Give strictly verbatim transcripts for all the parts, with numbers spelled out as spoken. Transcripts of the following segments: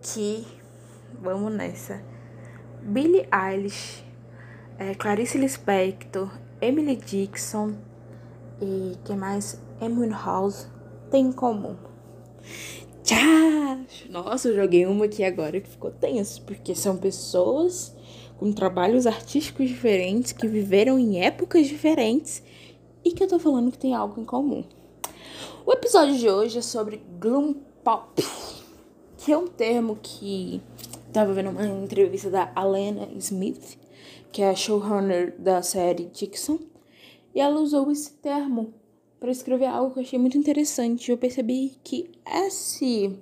que vamos nessa. Billie Eilish, é, Clarice Lispector, Emily Dickinson e quem mais? Amy House tem em comum. Tchau! Nossa, eu joguei uma aqui agora que ficou tenso, porque são pessoas com trabalhos artísticos diferentes, que viveram em épocas diferentes e que eu tô falando que tem algo em comum. O episódio de hoje é sobre gloom pop, que é um termo que tava vendo uma entrevista da Alana Smith, que é a showrunner da série Dixon, e ela usou esse termo para escrever algo que eu achei muito interessante. Eu percebi que esse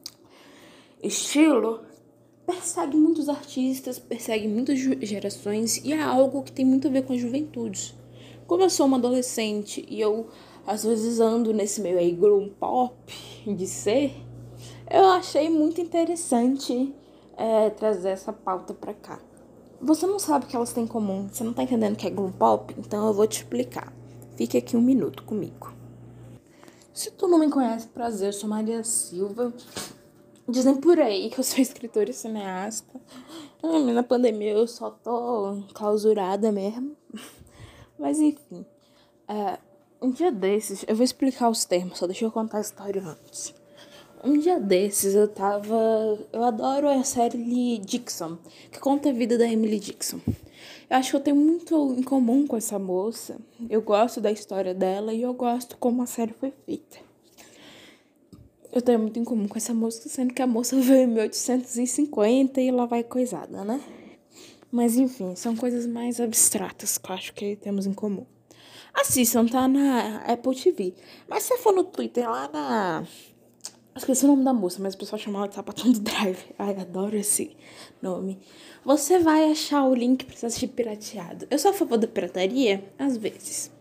estilo persegue muitos artistas, persegue muitas gerações e é algo que tem muito a ver com a juventude. Como eu sou uma adolescente e eu às vezes ando nesse meio aí gloom pop de ser, eu achei muito interessante é, trazer essa pauta pra cá. Você não sabe o que elas têm em comum, você não tá entendendo o que é gloom pop? Então eu vou te explicar. Fique aqui um minuto comigo. Se tu não me conhece, prazer, eu sou Maria Silva. Dizem por aí que eu sou escritora e cineasta. Na pandemia eu só tô clausurada mesmo. Mas enfim, é, um dia desses, eu vou explicar os termos, só deixa eu contar a história antes. Um dia desses eu tava... Eu adoro a série Dixon, que conta a vida da Emily Dickinson. Eu acho que eu tenho muito em comum com essa moça. Eu gosto da história dela e eu gosto como a série foi feita. Eu tenho muito em comum com essa moça, sendo que a moça veio em mil oitocentos e cinquenta e ela vai coisada, né? Mas enfim, são coisas mais abstratas que eu acho que temos em comum. Assistam, tá na Apple T V. Mas se for no Twitter, lá na... Esqueci o nome da moça, mas o pessoal chama ela de Sapatão do Drive. Ai, adoro esse nome. Você vai achar o link pra você assistir pirateado. Eu sou a favor da pirataria? Às vezes.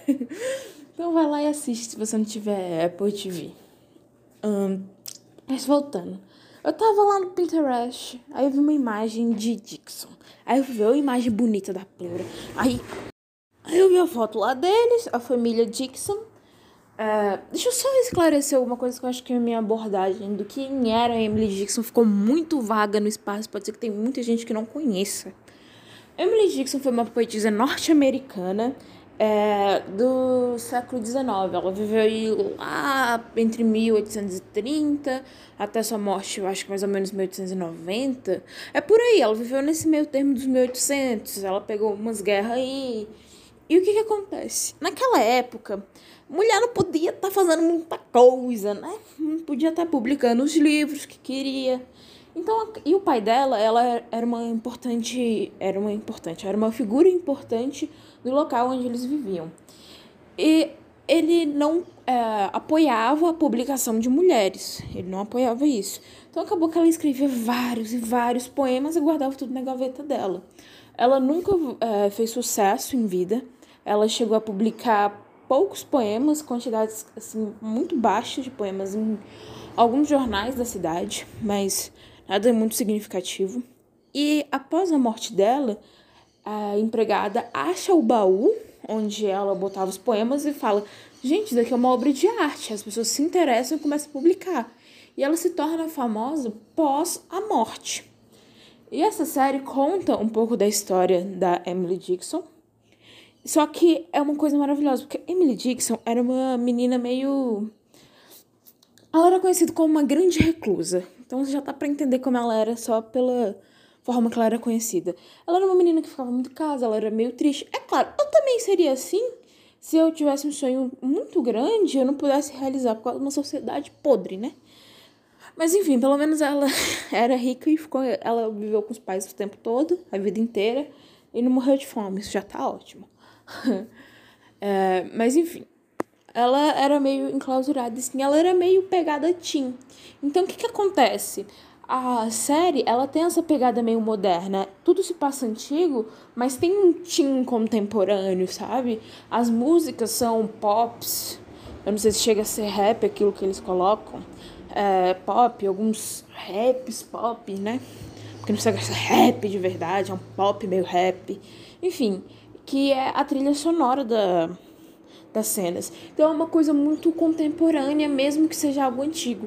Então vai lá e assiste se você não tiver Apple T V. Hum, mas voltando. Eu tava lá no Pinterest, aí eu vi uma imagem de Dixon. Aí eu vi uma imagem bonita da pleura. Aí, aí eu vi a foto lá deles, a família Dixon. É, deixa eu só esclarecer uma coisa que eu acho que a minha abordagem do quem era a Emily Dickinson ficou muito vaga no espaço. Pode ser que tem muita gente que não conheça. Emily Dickinson foi uma poetisa norte-americana é, do século dezenove. Ela viveu aí lá entre mil oitocentos e trinta até sua morte, eu acho que mais ou menos mil oitocentos e noventa. É por aí, ela viveu nesse meio termo dos mil e oitocentos. Ela pegou umas guerras aí. E o que que acontece? Naquela época, mulher não podia estar tá fazendo muita coisa, né? Não podia estar tá publicando os livros que queria. Então, e o pai dela, ela era uma importante, era uma importante, era uma figura importante do local onde eles viviam. E ele não é, apoiava a publicação de mulheres, ele não apoiava isso. Então acabou que ela escrevia vários e vários poemas e guardava tudo na gaveta dela. Ela nunca é, fez sucesso em vida. Ela chegou a publicar poucos poemas, quantidades assim, muito baixas de poemas em alguns jornais da cidade, mas nada muito significativo. E após a morte dela, a empregada acha o baú onde ela botava os poemas e fala: gente, isso daqui é uma obra de arte. As pessoas se interessam e começam a publicar. E ela se torna famosa pós a morte. E essa série conta um pouco da história da Emily Dickinson. Só que é uma coisa maravilhosa, porque Emily Dickinson era uma menina meio... Ela era conhecida como uma grande reclusa. Então você já tá pra entender como ela era só pela forma que ela era conhecida. Ela era uma menina que ficava muito em casa, ela era meio triste. É claro, eu também seria assim se eu tivesse um sonho muito grande e eu não pudesse realizar por causa de uma sociedade podre, né? Mas enfim, pelo menos ela era rica e ficou, ela viveu com os pais o tempo todo, a vida inteira, e não morreu de fome, isso já tá ótimo. É, mas enfim, ela era meio enclausurada, assim, ela era meio pegada teen. Então o que que acontece? A série, ela tem essa pegada meio moderna, tudo se passa antigo, mas tem um teen contemporâneo, sabe? As músicas são pops, eu não sei se chega a ser rap aquilo que eles colocam, é, pop, alguns raps pop, né? Porque não chega a ser rap de verdade, é um pop meio rap, enfim, que é a trilha sonora da, das cenas. Então é uma coisa muito contemporânea, mesmo que seja algo antigo.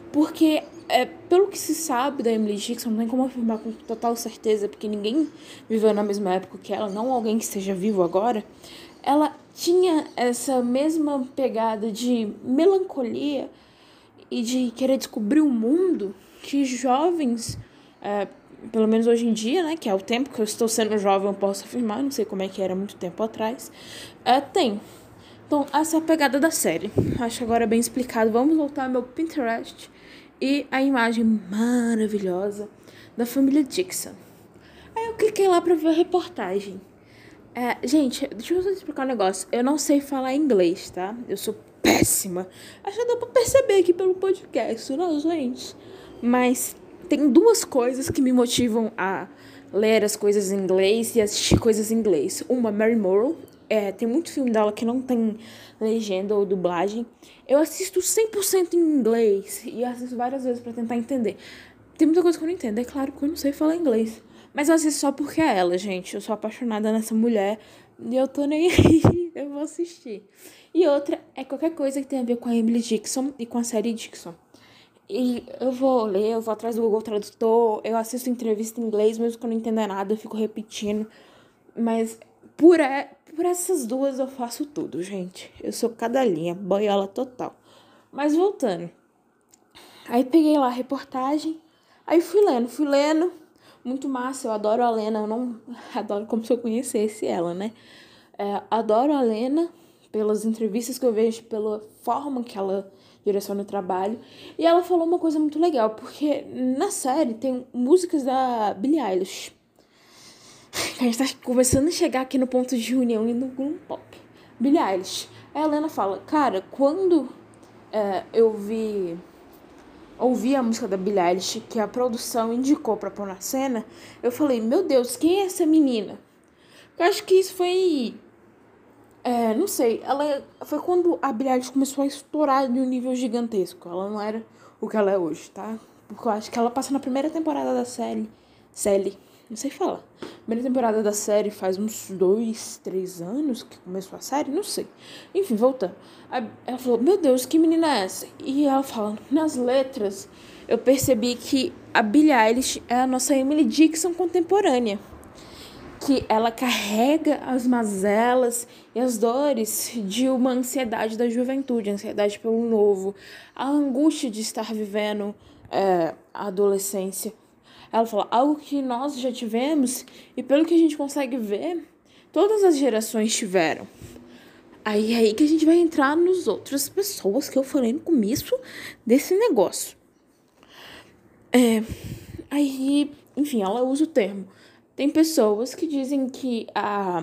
Porque, é, pelo que se sabe da Emily Dickinson, não tem como afirmar com total certeza, porque ninguém viveu na mesma época que ela, não alguém que esteja vivo agora. Ela tinha essa mesma pegada de melancolia e de querer descobrir o mundo que jovens, é, pelo menos hoje em dia, né, que é o tempo que eu estou sendo jovem, eu posso afirmar, não sei como é que era muito tempo atrás, é, tem. Então, essa é a pegada da série. Acho que agora é bem explicado. Vamos voltar ao meu Pinterest e a imagem maravilhosa da família Dixon. Aí eu cliquei lá pra ver a reportagem. É, gente, deixa eu só explicar um negócio. Eu não sei falar inglês, tá? Eu sou péssima. Acho que dá pra perceber aqui pelo podcast, né, gente? Mas tem duas coisas que me motivam a ler as coisas em inglês e assistir coisas em inglês. Uma, Mary Morrow. É, tem muito filme dela que não tem legenda ou dublagem. Eu assisto cem por cento em inglês e assisto várias vezes pra tentar entender. Tem muita coisa que eu não entendo. É claro que eu não sei falar inglês. Mas eu assisto só porque é ela, gente. Eu sou apaixonada nessa mulher e eu tô nem aí. Eu vou assistir. E outra é qualquer coisa que tenha a ver com a Emily Dickinson e com a série Dixon. E eu vou ler, eu vou atrás do Google Tradutor, eu assisto entrevista em inglês, mesmo que eu não entenda nada, eu fico repetindo. Mas por, é, por essas duas eu faço tudo, gente. Eu sou cadelinha, boiola total. Mas voltando. Aí peguei lá a reportagem, aí fui lendo, fui lendo. Muito massa, eu adoro a Lena, eu não adoro como se eu conhecesse ela, né? É, adoro a Lena pelas entrevistas que eu vejo, pela forma que ela direciona o trabalho. E ela falou uma coisa muito legal, porque na série tem músicas da Billie Eilish. A gente tá começando a chegar aqui no ponto de união e no Gloom Pop. Billie Eilish. Aí a Lena fala, cara, quando é, eu vi... ouvi a música da Billie Eilish, que a produção indicou pra pôr na cena, eu falei, meu Deus, quem é essa menina? Eu acho que isso foi... É, não sei, ela foi quando a Billie Eilish começou a estourar de um nível gigantesco. Ela não era o que ela é hoje, tá? Porque eu acho que ela passa na primeira temporada da série. Série, não sei falar. Primeira temporada da série faz uns dois, três anos que começou a série, não sei. Enfim, voltando. Ela falou, meu Deus, que menina é essa? E ela fala, nas letras, eu percebi que a Billie Eilish é a nossa Emily Dickinson contemporânea. Que ela carrega as mazelas e as dores de uma ansiedade da juventude, ansiedade pelo novo, a angústia de estar vivendo é, a adolescência. Ela fala, algo que nós já tivemos e pelo que a gente consegue ver, todas as gerações tiveram. Aí é aí que a gente vai entrar nas outras pessoas que eu falei no começo desse negócio. É, aí, enfim, ela usa o termo. Tem pessoas que dizem que a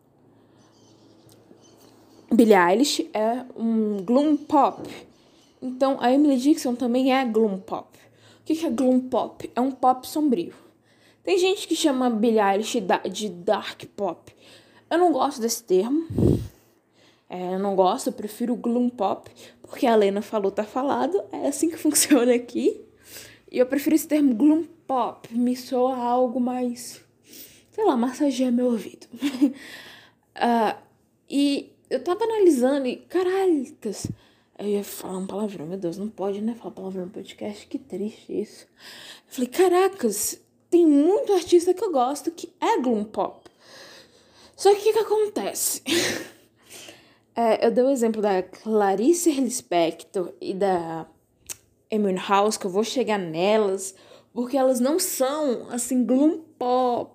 Billie Eilish é um gloom pop. Então, a Emily Dickinson também é gloom pop. O que é gloom pop? É um pop sombrio. Tem gente que chama a Billie Eilish de dark pop. Eu não gosto desse termo. É, eu não gosto, eu prefiro gloom pop. Porque a Lena falou, tá falado. É assim que funciona aqui. E eu prefiro esse termo gloom pop. Me soa algo mais... sei lá, massageia meu ouvido. uh, e eu tava analisando e, caralhas, eu ia falar um palavrão, meu Deus, não pode, né, falar palavrão no podcast, que triste isso. Eu falei, caracas, tem muito artista que eu gosto que é gloom pop. Só que o que que acontece? é, eu dei o exemplo da Clarice Lispector e da Amy House, que eu vou chegar nelas, porque elas não são, assim, gloom pop.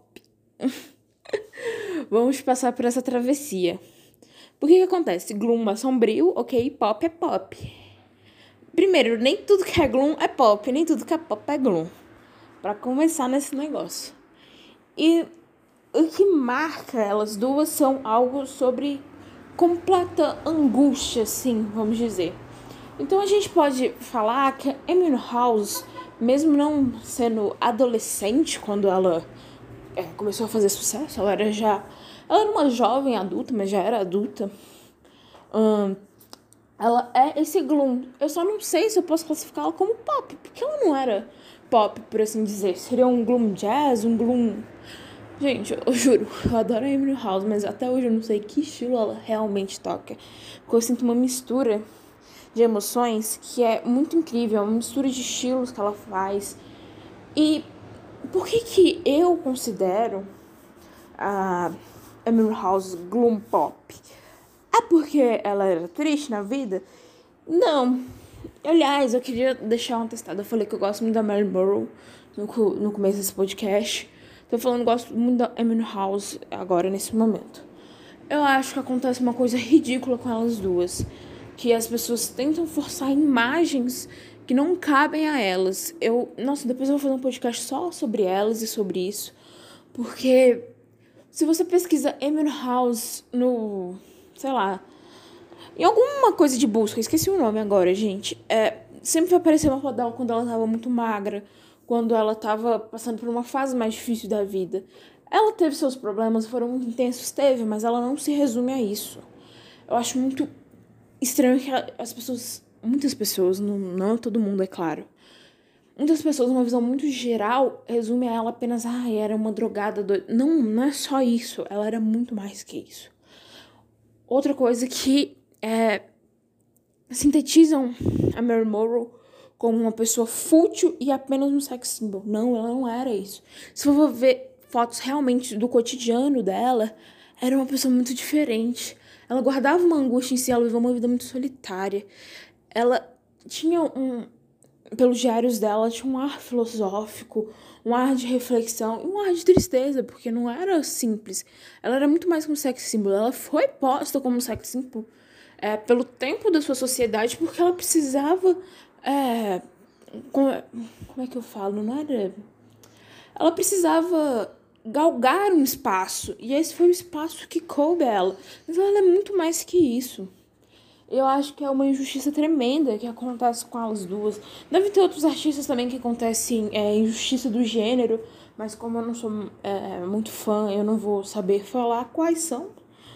Vamos passar por essa travessia. Por que que acontece? Gloom é sombrio, ok? Pop é pop. Primeiro, nem tudo que é gloom é pop, nem tudo que é pop é gloom. Pra começar nesse negócio. E o que marca elas duas são algo sobre completa angústia, assim, vamos dizer. Então a gente pode falar que a Amy House, mesmo não sendo adolescente quando ela É, começou a fazer sucesso, ela era já... Ela era uma jovem adulta, mas já era adulta. Hum, ela é esse gloom. Eu só não sei se eu posso classificá-la como pop, porque ela não era pop, por assim dizer. Seria um gloom jazz, um gloom... Gente, eu, eu juro, eu adoro a Amy House, mas até hoje eu não sei que estilo ela realmente toca. Porque eu sinto uma mistura de emoções que é muito incrível, é uma mistura de estilos que ela faz. E por que que eu considero a Amy House gloom pop? É porque ela era triste na vida? Não. Aliás, eu queria deixar um atestado. Eu falei que eu gosto muito da Marilyn Monroe no, no começo desse podcast. Tô falando que gosto muito da Amy House agora, nesse momento. Eu acho que acontece uma coisa ridícula com elas duas. Que as pessoas tentam forçar imagens que não cabem a elas. Eu, nossa, depois eu vou fazer um podcast só sobre elas e sobre isso. Porque se você pesquisa Amy House no, sei lá, em alguma coisa de busca, esqueci o nome agora, gente. É, sempre vai aparecer uma foto dela quando ela tava muito magra, quando ela tava passando por uma fase mais difícil da vida. Ela teve seus problemas, foram muito intensos, teve, mas ela não se resume a isso. Eu acho muito estranho que as pessoas, muitas pessoas, não, não todo mundo, é claro, muitas pessoas, uma visão muito geral, resumem ela apenas, ah, era uma drogada doida. Não, não é só isso, ela era muito mais que isso. Outra coisa que é, sintetizam a Marilyn Monroe como uma pessoa fútil e apenas um sex symbol. Não, ela não era isso. Se for ver fotos realmente do cotidiano dela, era uma pessoa muito diferente. Ela guardava uma angústia em si, ela viveu uma vida muito solitária. Ela tinha um... Pelos diários dela, tinha um ar filosófico, um ar de reflexão e um ar de tristeza, porque não era simples. Ela era muito mais que um sex symbol. Ela foi posta como um sex symbol é, pelo tempo da sua sociedade, porque ela precisava... É, como, como é que eu falo? Não era... Ela precisava galgar um espaço, e esse foi o espaço que coube a ela. Mas ela é muito mais que isso. Eu acho que é uma injustiça tremenda que acontece com elas duas. Deve ter outros artistas também que acontecem é, injustiça do gênero, mas como eu não sou é, muito fã, eu não vou saber falar quais são.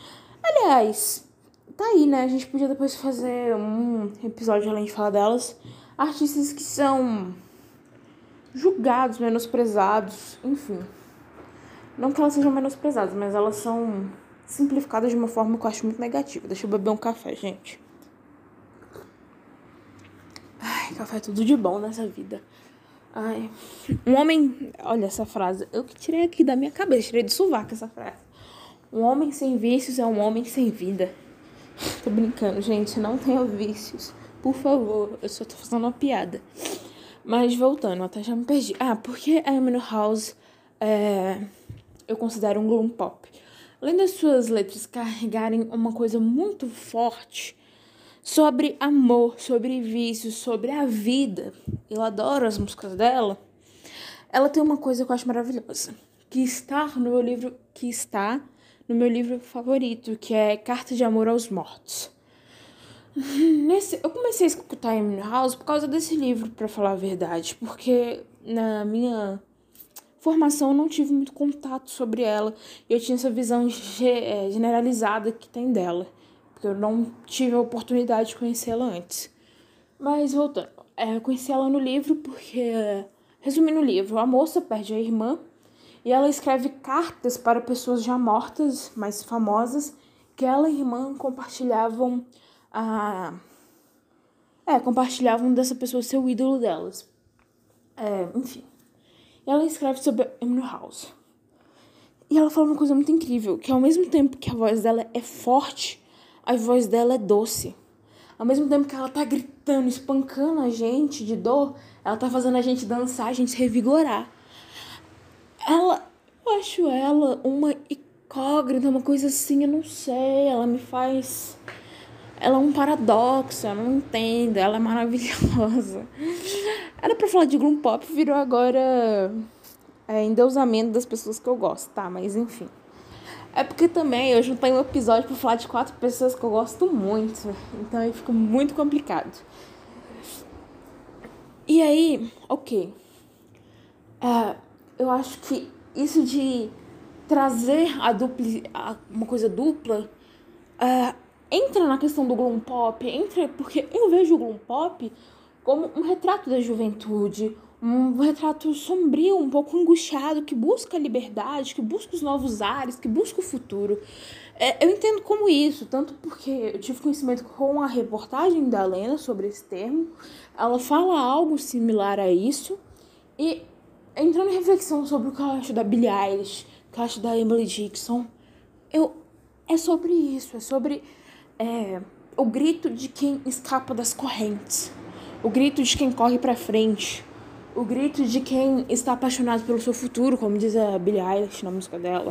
Aliás, tá aí, né? A gente podia depois fazer um episódio além de falar delas. Artistas que são julgados, menosprezados, enfim. Não que elas sejam menosprezadas, mas elas são simplificadas de uma forma que eu acho muito negativa. Deixa eu beber um café, gente. Ai, café é tudo de bom nessa vida. Ai, um homem... Olha essa frase. Eu que tirei aqui da minha cabeça. Tirei de sovaco essa frase. Um homem sem vícios é um homem sem vida. Tô brincando, gente. Não tenha vícios. Por favor. Eu só tô fazendo uma piada. Mas voltando, até já me perdi. Ah, porque a Amy House é... eu considero um gloom pop. Além das suas letras carregarem uma coisa muito forte sobre amor, sobre vícios, sobre a vida, eu adoro as músicas dela, ela tem uma coisa que eu acho maravilhosa, que está no meu livro, que está no meu livro favorito, que é Carta de Amor aos Mortos. Nesse, eu comecei a escutar Amy House por causa desse livro, pra falar a verdade, porque na minha formação eu não tive muito contato sobre ela, e eu tinha essa visão ge- generalizada que tem dela, porque eu não tive a oportunidade de conhecê-la antes. Mas voltando, é, eu conheci ela no livro porque, resumindo o livro, a moça perde a irmã e ela escreve cartas para pessoas já mortas, mais famosas, que ela e a irmã compartilhavam a... É, compartilhavam dessa pessoa ser o ídolo delas. É, enfim. E ela escreve sobre a Amy House. E ela fala uma coisa muito incrível, que ao mesmo tempo que a voz dela é forte, a voz dela é doce. Ao mesmo tempo que ela tá gritando, espancando a gente de dor, ela tá fazendo a gente dançar, a gente se revigorar. Ela, eu acho ela uma incógnita, uma coisa assim, eu não sei, ela me faz... Ela é um paradoxo, eu não entendo, ela é maravilhosa. Era pra falar de gloom pop, virou agora é, endeusamento das pessoas que eu gosto, tá? Mas enfim. É porque também eu juntei um episódio pra falar de quatro pessoas que eu gosto muito. Então aí fica muito complicado. E aí, ok. É, eu acho que isso de trazer a dupli, a, uma coisa dupla é, entra na questão do gloom pop, entra porque eu vejo o gloom pop como um retrato da juventude, Um retrato sombrio, um pouco angustiado, que busca a liberdade, que busca os novos ares, que busca o futuro. É, eu entendo como isso, tanto porque eu tive conhecimento com a reportagem da Lena sobre esse termo. Ela fala algo similar a isso. E entrando em reflexão sobre o que eu acho da Billie Eilish, o que eu acho da Emily Dickinson, eu, é sobre isso, é sobre é, o grito de quem escapa das correntes, o grito de quem corre pra frente, o grito de quem está apaixonado pelo seu futuro, como diz a Billie Eilish na música dela.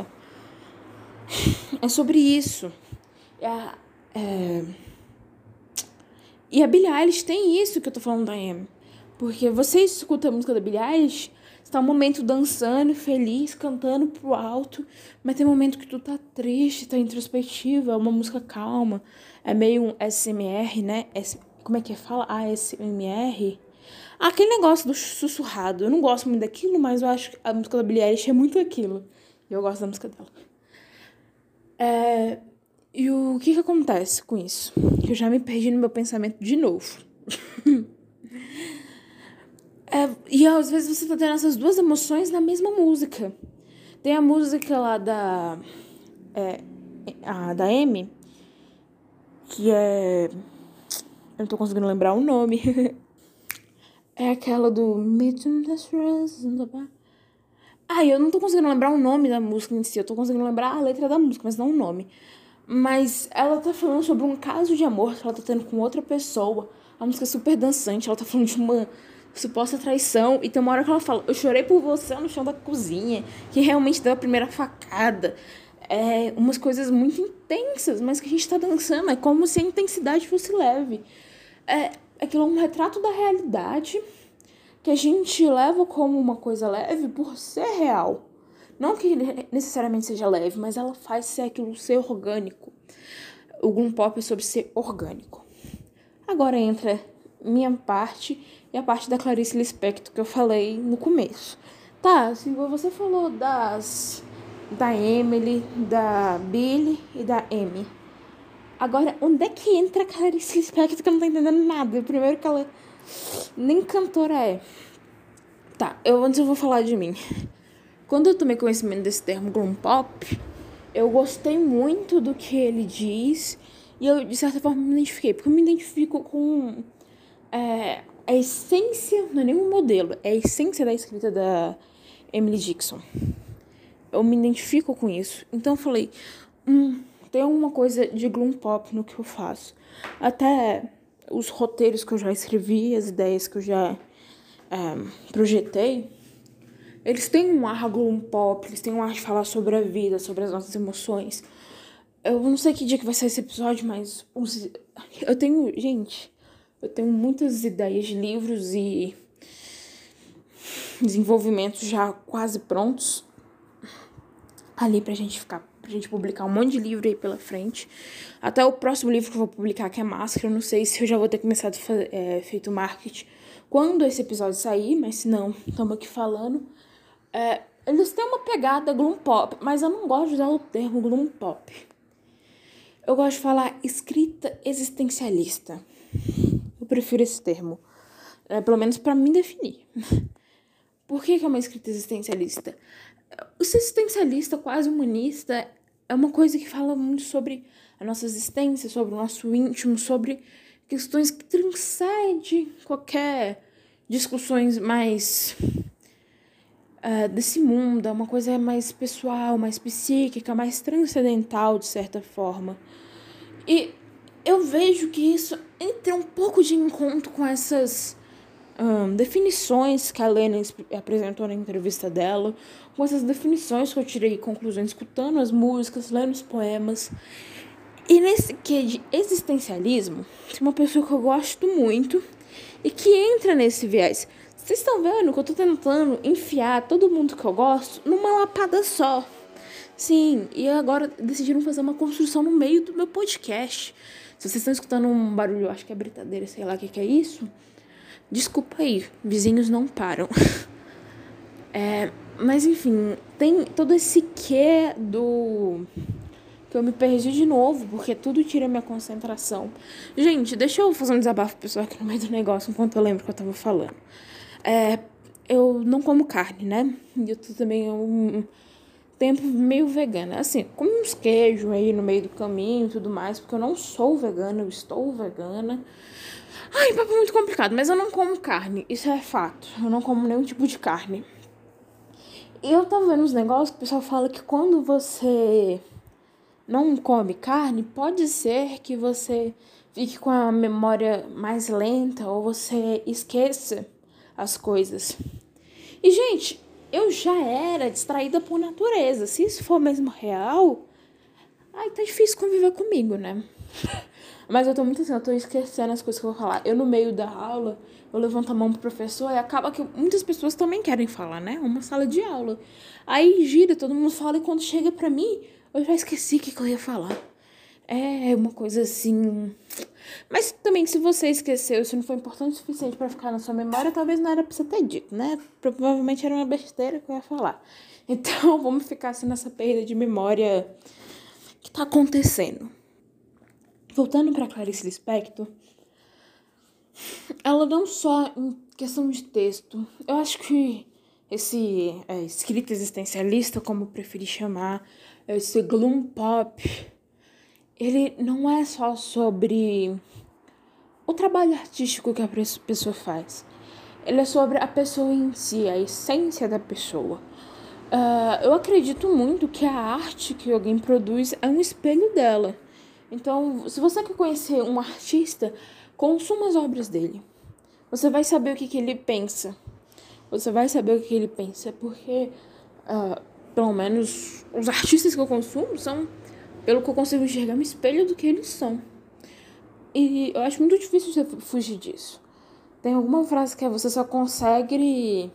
É sobre isso. É, é... E a Billie Eilish tem isso que eu tô falando da Amy. Porque você escuta a música da Billie Eilish, você tá um momento dançando, feliz, cantando pro alto, mas tem um momento que tu tá triste, tá introspectiva, é uma música calma, é meio um S M R, né? S... Como é que fala? A S M R? Ah, aquele negócio do sussurrado. Eu não gosto muito daquilo, mas eu acho que a música da Billie Eilish é muito aquilo. E eu gosto da música dela. É... E o que que acontece com isso? Eu já me perdi no meu pensamento de novo. É, e às vezes você tá tendo essas duas emoções na mesma música. Tem a música lá da... É, a da Amy, que é... Eu não tô conseguindo lembrar o nome. É aquela do... Ah, eu não tô conseguindo lembrar o nome da música em si. Eu tô conseguindo lembrar a letra da música, mas não o nome. Mas ela tá falando sobre um caso de amor que ela tá tendo com outra pessoa. A música é super dançante. Ela tá falando de uma suposta traição. E tem uma hora que ela fala: eu chorei por você no chão da cozinha. Que realmente deu a primeira facada. É umas coisas muito intensas, mas que a gente tá dançando. É como se a intensidade fosse leve. É, aquilo é um retrato da realidade que a gente leva como uma coisa leve por ser real. Não que necessariamente seja leve, mas ela faz ser aquilo ser orgânico. O Gloom Pop é sobre ser orgânico. Agora entra minha parte e a parte da Clarice Lispector que eu falei no começo. Tá, se você falou das da Emily, da Billie e da Amy. Agora, onde é que entra a Clarice Lispector que eu não tô entendendo nada? Primeiro que ela nem cantora é. Tá, eu, antes eu vou falar de mim. Quando eu tomei conhecimento desse termo Gloom Pop, eu gostei muito do que ele diz e eu, de certa forma, me identifiquei. Porque eu me identifico com é, a essência, não é nenhum modelo, é a essência da escrita da Emily Dickinson. Eu me identifico com isso. Então eu falei, hum, tem uma coisa de Gloom Pop no que eu faço. Até os roteiros que eu já escrevi, as ideias que eu já é, projetei, eles têm um ar Gloom Pop, eles têm um ar de falar sobre a vida, sobre as nossas emoções. Eu não sei que dia que vai sair esse episódio, mas os... eu tenho, gente, eu tenho muitas ideias de livros e desenvolvimentos já quase prontos ali pra gente ficar, pra gente publicar um monte de livro aí pela frente. Até o próximo livro que eu vou publicar, que é Máscara, eu não sei se eu já vou ter começado a fazer, é, feito marketing quando esse episódio sair, mas se não, estamos aqui falando. É, eles têm uma pegada Gloom Pop, mas eu não gosto de usar o termo Gloom Pop. Eu gosto de falar escrita existencialista. Eu prefiro esse termo, é, pelo menos para mim definir. Por que que é uma escrita existencialista? O existencialista quase humanista é uma coisa que fala muito sobre a nossa existência, sobre o nosso íntimo, sobre questões que transcendem qualquer discussões mais uh, desse mundo, é uma coisa mais pessoal, mais psíquica, mais transcendental de certa forma. E eu vejo que isso entra um pouco de encontro com essas um, definições que a Lena apresentou na entrevista dela, com essas definições que eu tirei conclusões escutando as músicas, lendo os poemas. E nesse que de existencialismo, tem uma pessoa que eu gosto muito e que entra nesse viés. Vocês estão vendo que eu tô tentando enfiar todo mundo que eu gosto numa lapada só. Sim, e agora decidiram fazer uma construção no meio do meu podcast. Se vocês estão escutando um barulho, acho que é britadeira, sei lá o que, que é isso, desculpa aí, vizinhos não param. É, mas enfim, tem todo esse quê do... que eu me perdi de novo, porque tudo tira minha concentração. Gente, deixa eu fazer um desabafo pessoal aqui no meio do negócio, enquanto eu lembro que eu tava falando. É, não como carne, né? E eu tô também há um tempo meio vegana. Assim, como uns queijos aí no meio do caminho e tudo mais, porque eu não sou vegana, eu estou vegana. Ai, papo muito complicado, mas eu não como carne, isso é fato. Eu não como nenhum tipo de carne. E eu tava vendo uns negócios que o pessoal fala que quando você não come carne, pode ser que você fique com a memória mais lenta ou você esqueça as coisas. E, gente, eu já era distraída por natureza. Se isso for mesmo real, ai, tá difícil conviver comigo, né? Mas eu tô muito assim, eu tô esquecendo as coisas que eu vou falar. Eu, no meio da aula, eu levanto a mão pro professor e acaba que muitas pessoas também querem falar, né? Uma sala de aula. Aí gira, todo mundo fala e quando chega pra mim, eu já esqueci o que, que eu ia falar. É uma coisa assim. Mas também, se você esqueceu, se não foi importante o suficiente pra ficar na sua memória, talvez não era pra você ter dito, né? Provavelmente era uma besteira que eu ia falar. Então, vamos ficar assim nessa perda de memória que tá acontecendo. Voltando pra Clarice Lispector, ela não só em questão de texto, eu acho que esse é, escrita existencialista, como eu preferi chamar, esse gloom pop, ele não é só sobre o trabalho artístico que a pessoa faz. Ele é sobre a pessoa em si, a essência da pessoa. Uh, eu acredito muito que a arte que alguém produz é um espelho dela. Então, se você quer conhecer um artista, consuma as obras dele. Você vai saber o que, que ele pensa. Você vai saber o que, que ele pensa, porque, uh, pelo menos, os artistas que eu consumo são, pelo que eu consigo enxergar, um espelho do que eles são. E eu acho muito difícil você fugir disso. Tem alguma frase que é: você só consegue...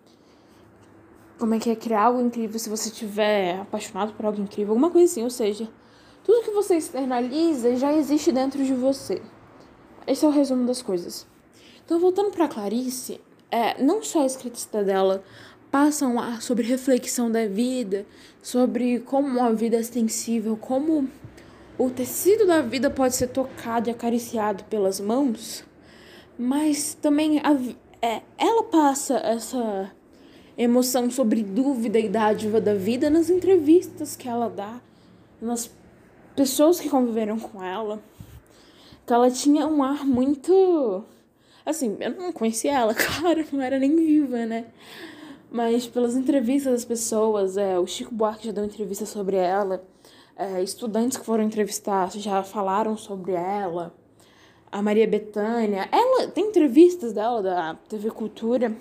Como é que é? Criar algo incrível se você estiver apaixonado por algo incrível. Alguma coisa assim, ou seja... Tudo que você externaliza já existe dentro de você. Esse é o resumo das coisas. Então, voltando para Clarice, é, não só a escrita dela passa um ar sobre reflexão da vida, sobre como a vida é sensível, como o tecido da vida pode ser tocado e acariciado pelas mãos, mas também a, é, ela passa essa emoção sobre dúvida e dádiva da vida nas entrevistas que ela dá, nas pessoas que conviveram com ela, que ela tinha um ar muito... Assim, eu não conhecia ela, claro, não era nem viva, né? Mas pelas entrevistas das pessoas, é, o Chico Buarque já deu entrevista sobre ela, é, estudantes que foram entrevistar já falaram sobre ela, a Maria Bethânia, ela tem entrevistas dela da T V Cultura.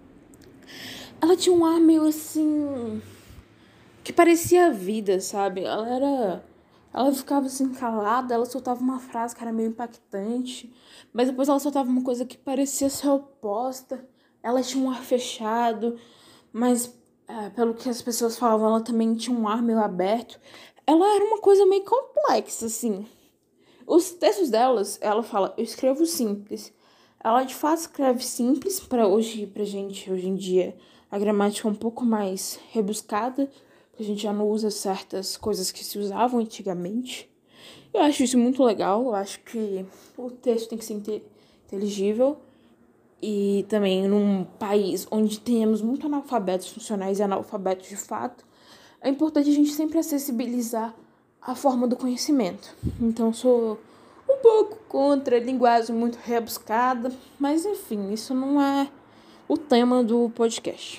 Ela tinha um ar meio assim... que parecia vida, sabe? Ela era... Ela ficava assim calada, ela soltava uma frase que era meio impactante, mas depois ela soltava uma coisa que parecia ser oposta. Ela tinha um ar fechado, mas é, pelo que as pessoas falavam, ela também tinha um ar meio aberto. Ela era uma coisa meio complexa, assim. Os textos delas, ela fala: eu escrevo simples. Ela de fato escreve simples para hoje, pra gente, hoje em dia. A gramática é um pouco mais rebuscada, a gente já não usa certas coisas que se usavam antigamente. Eu acho isso muito legal, eu acho que o texto tem que ser inteligível. E também num país onde temos muito analfabetos funcionais e analfabetos de fato, é importante a gente sempre acessibilizar a forma do conhecimento. Então, sou um pouco contra a linguagem muito rebuscada, mas enfim, isso não é o tema do podcast.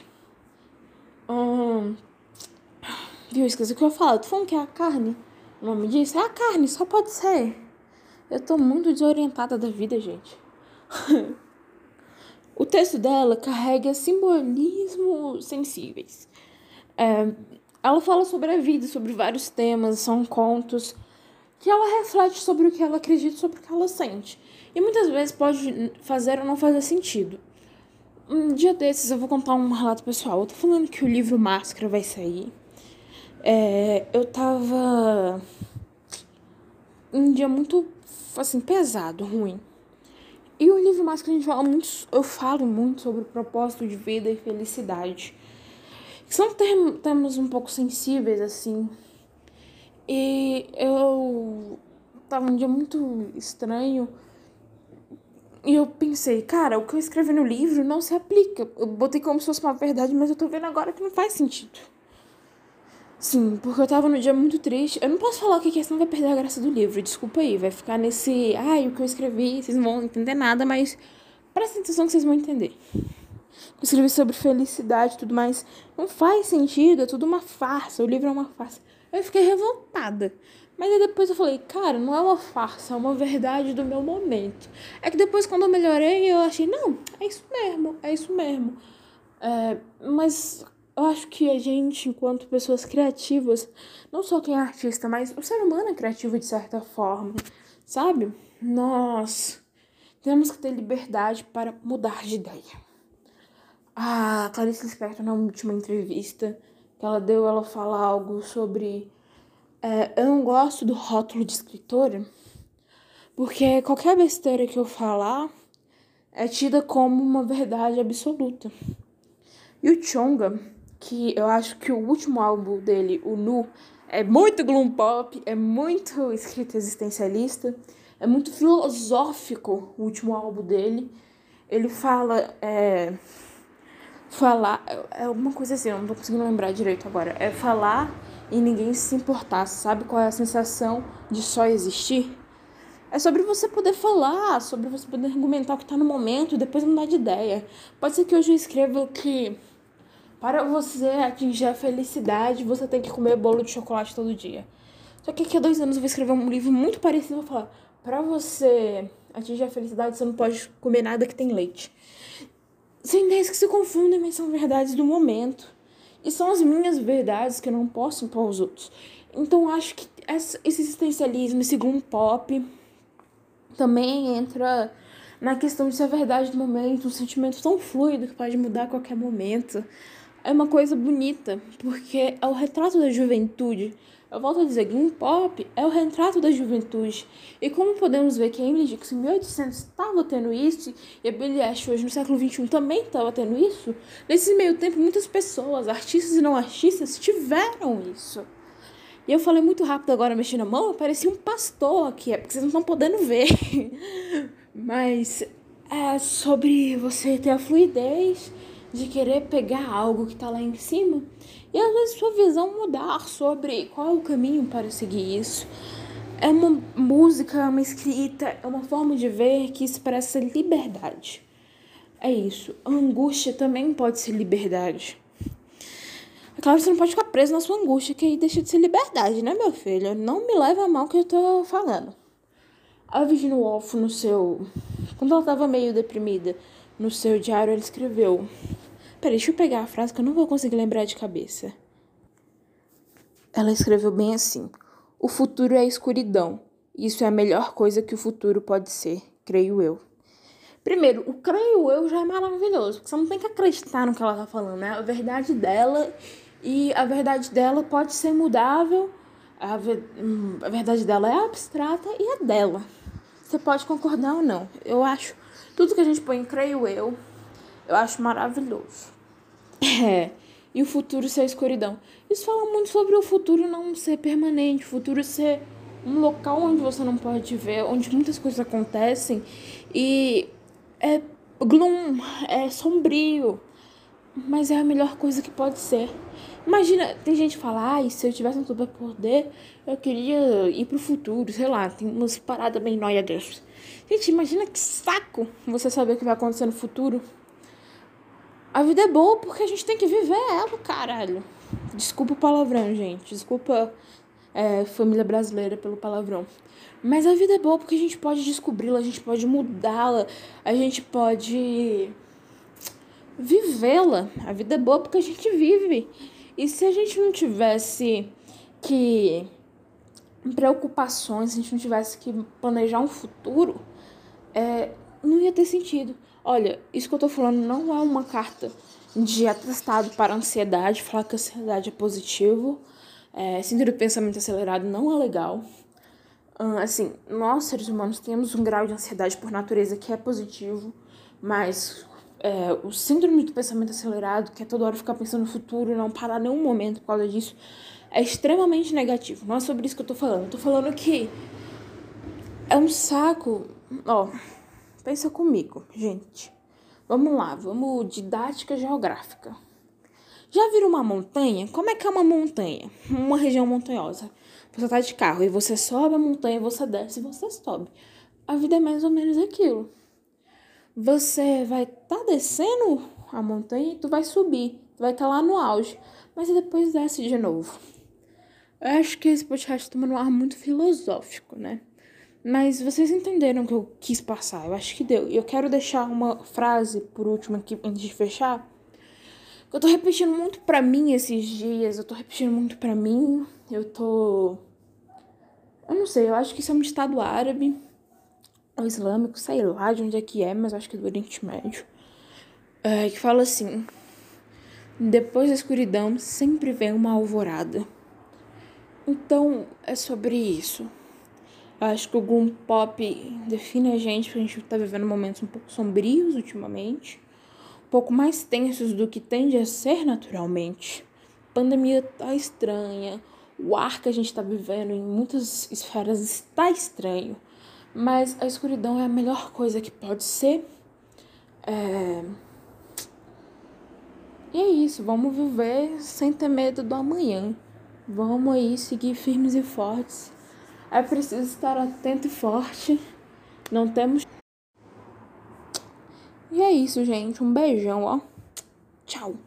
Hum... Viu, esqueci o que eu falo. Tu falando que é a carne? O nome disso? É a carne, só pode ser. Eu tô muito desorientada da vida, gente. O texto dela carrega simbolismos sensíveis. É, ela fala sobre a vida, sobre vários temas, são contos que ela reflete sobre o que ela acredita, sobre o que ela sente. E muitas vezes pode fazer ou não fazer sentido. Um dia desses eu vou contar um relato pessoal. Eu tô falando que o livro Máscara vai sair. É, eu tava um dia muito, assim, pesado, ruim. E o livro mais que a gente fala muito, eu falo muito sobre propósito de vida e felicidade. São temas um pouco sensíveis, assim. E eu tava um dia muito estranho. E eu pensei, cara, o que eu escrevi no livro não se aplica. Eu botei como se fosse uma verdade, mas eu tô vendo agora que não faz sentido. Sim, porque eu tava num dia muito triste. Eu não posso falar o que é, senão vai perder a graça do livro. Desculpa aí, vai ficar nesse. Ai, o que eu escrevi, vocês não vão entender nada, mas presta atenção que vocês vão entender. Eu escrevi sobre felicidade e tudo mais. Não faz sentido, é tudo uma farsa. O livro é uma farsa. Eu fiquei revoltada. Mas aí depois eu falei, cara, não é uma farsa, é uma verdade do meu momento. É que depois, quando eu melhorei, eu achei, não, é isso mesmo, é isso mesmo. É, mas eu acho que a gente, enquanto pessoas criativas, não só quem é artista, mas o ser humano é criativo de certa forma, sabe? Nós temos que ter liberdade para mudar de ideia. A Clarice Lispector, na última entrevista que ela deu, ela fala algo sobre... É, eu não gosto do rótulo de escritora, porque qualquer besteira que eu falar é tida como uma verdade absoluta. E o Tchonga, que eu acho que o último álbum dele, o Nu, é muito gloom pop, é muito escrita existencialista, é muito filosófico o último álbum dele. Ele fala... É, falar... É alguma coisa assim, eu não tô conseguindo lembrar direito agora. É falar e ninguém se importar. Sabe qual é a sensação de só existir? É sobre você poder falar, sobre você poder argumentar o que tá no momento e depois mudar de ideia. Pode ser que hoje eu escreva que para você atingir a felicidade, você tem que comer bolo de chocolate todo dia. Só que daqui a dois anos eu vou escrever um livro muito parecido e vou falar, para você atingir a felicidade, você não pode comer nada que tem leite. São ideias que se confundem, mas são verdades do momento. E são as minhas verdades que eu não posso impor aos outros. Então acho que esse existencialismo, esse gloom pop, também entra na questão de ser a verdade do momento, um sentimento tão fluido que pode mudar a qualquer momento. É uma coisa bonita, porque é o retrato da juventude. Eu volto a dizer, gloom pop é o retrato da juventude. E como podemos ver que a Emily Dickinson em mil e oitocentos estava tendo isso, e a Billie Eilish hoje no século vinte e um também estava tendo isso, nesse meio tempo muitas pessoas, artistas e não artistas, tiveram isso. E eu falei muito rápido agora, mexendo a mão, eu parecia um pastor aqui, é porque vocês não estão podendo ver. Mas é sobre você ter a fluidez de querer pegar algo que tá lá em cima e às vezes sua visão mudar sobre qual é o caminho para seguir isso. É uma música, é uma escrita, é uma forma de ver que expressa liberdade. É isso. A angústia também pode ser liberdade. É claro que você não pode ficar preso na sua angústia, que aí deixa de ser liberdade, né, meu filho? Não me leve a mal que eu tô falando. A Virginia Woolf, no seu... Quando ela tava meio deprimida, no seu diário, ela escreveu... Peraí, deixa eu pegar a frase que eu não vou conseguir lembrar de cabeça. Ela escreveu bem assim. O futuro é a escuridão. Isso é a melhor coisa que o futuro pode ser, creio eu. Primeiro, o creio eu já é maravilhoso, porque você não tem que acreditar no que ela tá falando, né? A verdade dela, e a verdade dela pode ser mudável, a, ve- a verdade dela é abstrata e é dela. Você pode concordar ou não. Eu acho, tudo que a gente põe em creio eu, eu acho maravilhoso. É, e o futuro ser a escuridão. Isso fala muito sobre o futuro não ser permanente, o futuro ser um local onde você não pode ver, onde muitas coisas acontecem e é gloom, é sombrio, mas é a melhor coisa que pode ser. Imagina, tem gente que fala, ai, se eu tivesse um superpoder, eu queria ir pro futuro, sei lá, tem umas paradas bem nóia dessas. Gente, imagina que saco você saber o que vai acontecer no futuro. A vida é boa porque a gente tem que viver ela, caralho. Desculpa o palavrão, gente. Desculpa, é, família brasileira, pelo palavrão. Mas a vida é boa porque a gente pode descobri-la, a gente pode mudá-la, a gente pode vivê-la. A vida é boa porque a gente vive. E se a gente não tivesse que preocupações, se a gente não tivesse que planejar um futuro, é, não ia ter sentido. Olha, isso que eu tô falando não é uma carta de atestado para ansiedade, falar que a ansiedade é positivo. É, síndrome do pensamento acelerado não é legal. Uh, assim, nós, seres humanos, temos um grau de ansiedade por natureza que é positivo, mas é, o síndrome do pensamento acelerado, que é toda hora ficar pensando no futuro e não parar nenhum momento por causa disso, é extremamente negativo. Não é sobre isso que eu tô falando. Eu tô falando que é um saco... Ó, pensa comigo, gente. Vamos lá, vamos didática geográfica. Já viram uma montanha? Como é que é uma montanha? Uma região montanhosa. Você tá de carro e você sobe a montanha, você desce e você sobe. A vida é mais ou menos aquilo. Você vai estar tá descendo a montanha e tu vai subir. Tu vai estar tá lá no auge. Mas depois desce de novo. Eu acho que esse podcast tá num ar muito filosófico, né? Mas vocês entenderam o que eu quis passar. Eu acho que deu. E eu quero deixar uma frase, por último, aqui, antes de fechar. Que eu tô repetindo muito pra mim esses dias. Eu tô repetindo muito pra mim. Eu tô... Eu não sei, eu acho que isso é um ditado árabe ou islâmico, sei lá de onde é que é, mas acho que é do Oriente Médio. É, que fala assim: depois da escuridão sempre vem uma alvorada. Então, é sobre isso. Eu acho que o Gloom Pop define a gente, porque a gente tá vivendo momentos um pouco sombrios ultimamente. Um pouco mais tensos do que tende a ser naturalmente. A pandemia tá estranha. O ar que a gente tá vivendo em muitas esferas está estranho. Mas a escuridão é a melhor coisa que pode ser. É... E é isso, vamos viver sem ter medo do amanhã. Vamos aí seguir firmes e fortes. É preciso estar atento e forte. Não temos... E é isso, gente. Um beijão, ó. Tchau.